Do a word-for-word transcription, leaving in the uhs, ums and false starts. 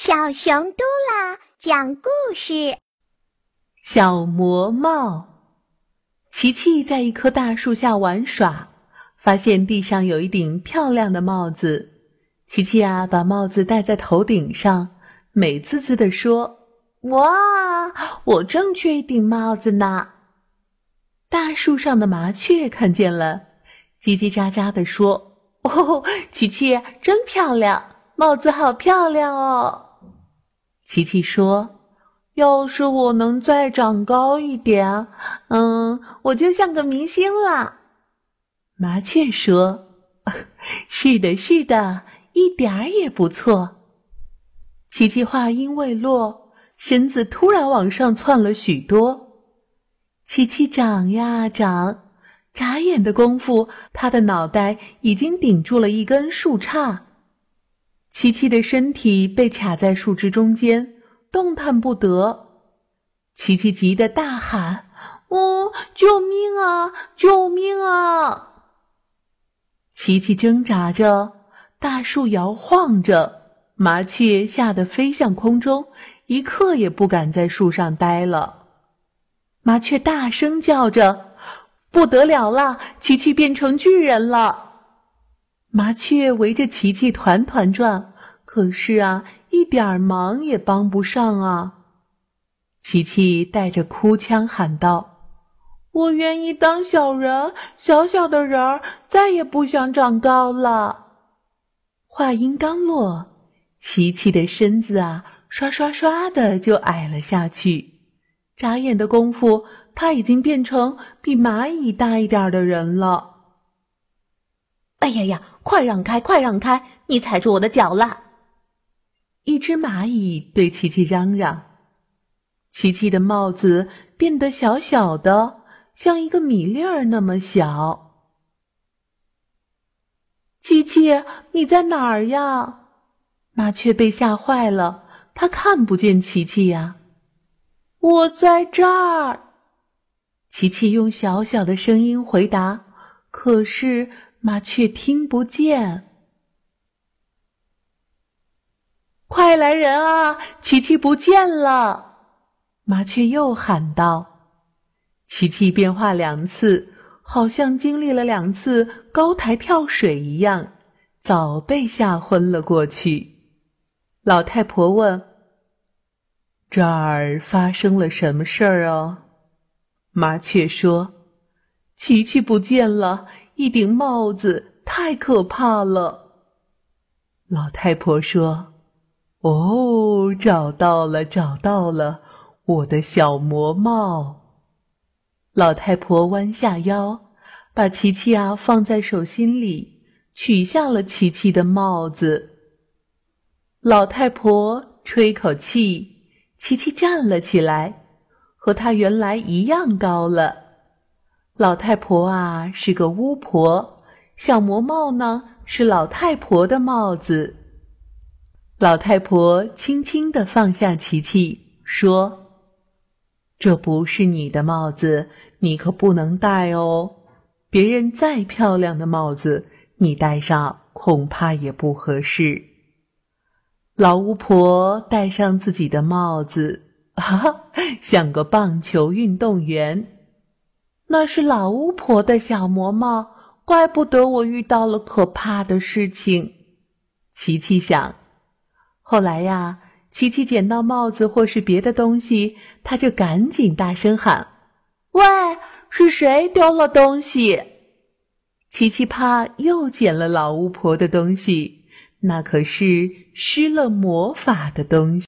小熊嘟啦讲故事。 小魔帽。琪琪在一棵大树下玩耍，发现地上有一顶漂亮的帽子。琪琪啊，把帽子戴在头顶上，美滋滋地说：哇，我正缺一顶帽子呢。大树上的麻雀看见了，叽叽喳喳地说：哦，琪琪真漂亮，帽子好漂亮哦。琪琪说：要是我能再长高一点，嗯，我就像个明星了。麻雀说：是的，是的，一点儿也不错。琪琪话音未落，身子突然往上窜了许多。琪琪长呀长，眨眼的功夫，他的脑袋已经顶住了一根树杈。琪琪的身体被卡在树枝中间，动弹不得。琪琪急得大喊：哦，救命啊，救命啊！琪琪挣扎着，大树摇晃着，麻雀吓得飞向空中，一刻也不敢在树上待了。麻雀大声叫着：不得了了，琪琪变成巨人了！麻雀围着琪琪团团转，可是啊，一点忙也帮不上啊。琪琪带着哭腔喊道：我愿意当小人，小小的人儿，再也不想长高了。话音刚落，琪琪的身子啊，刷刷刷的就矮了下去。眨眼的功夫，他已经变成比蚂蚁大一点的人了。哎呀呀，快让开，快让开，你踩住我的脚了！一只蚂蚁对琪琪嚷嚷。琪琪的帽子变得小小的，像一个米粒儿那么小。琪琪，你在哪儿呀？麻雀被吓坏了，它看不见琪琪呀。我在这儿。琪琪用小小的声音回答，可是麻雀听不见。快来人啊，琪琪不见了！麻雀又喊道。琪琪变化两次，好像经历了两次高台跳水一样，早被吓昏了过去。老太婆问：这儿发生了什么事儿哦？麻雀说：琪琪不见了，一顶帽子，太可怕了。老太婆说：哦，找到了，找到了，我的小魔帽。老太婆弯下腰，把琪琪啊放在手心里，取下了琪琪的帽子。老太婆吹口气，琪琪站了起来，和她原来一样高了。老太婆啊是个巫婆，小魔帽呢是老太婆的帽子。老太婆轻轻地放下琪琪，说：这不是你的帽子，你可不能戴哦。别人再漂亮的帽子，你戴上恐怕也不合适。老巫婆戴上自己的帽子，哈哈，像个棒球运动员。那是老巫婆的小魔帽，怪不得我遇到了可怕的事情。琪琪想。后来呀，琪琪捡到帽子或是别的东西，他就赶紧大声喊：喂，是谁丢了东西？琪琪怕又捡了老巫婆的东西，那可是施了魔法的东西。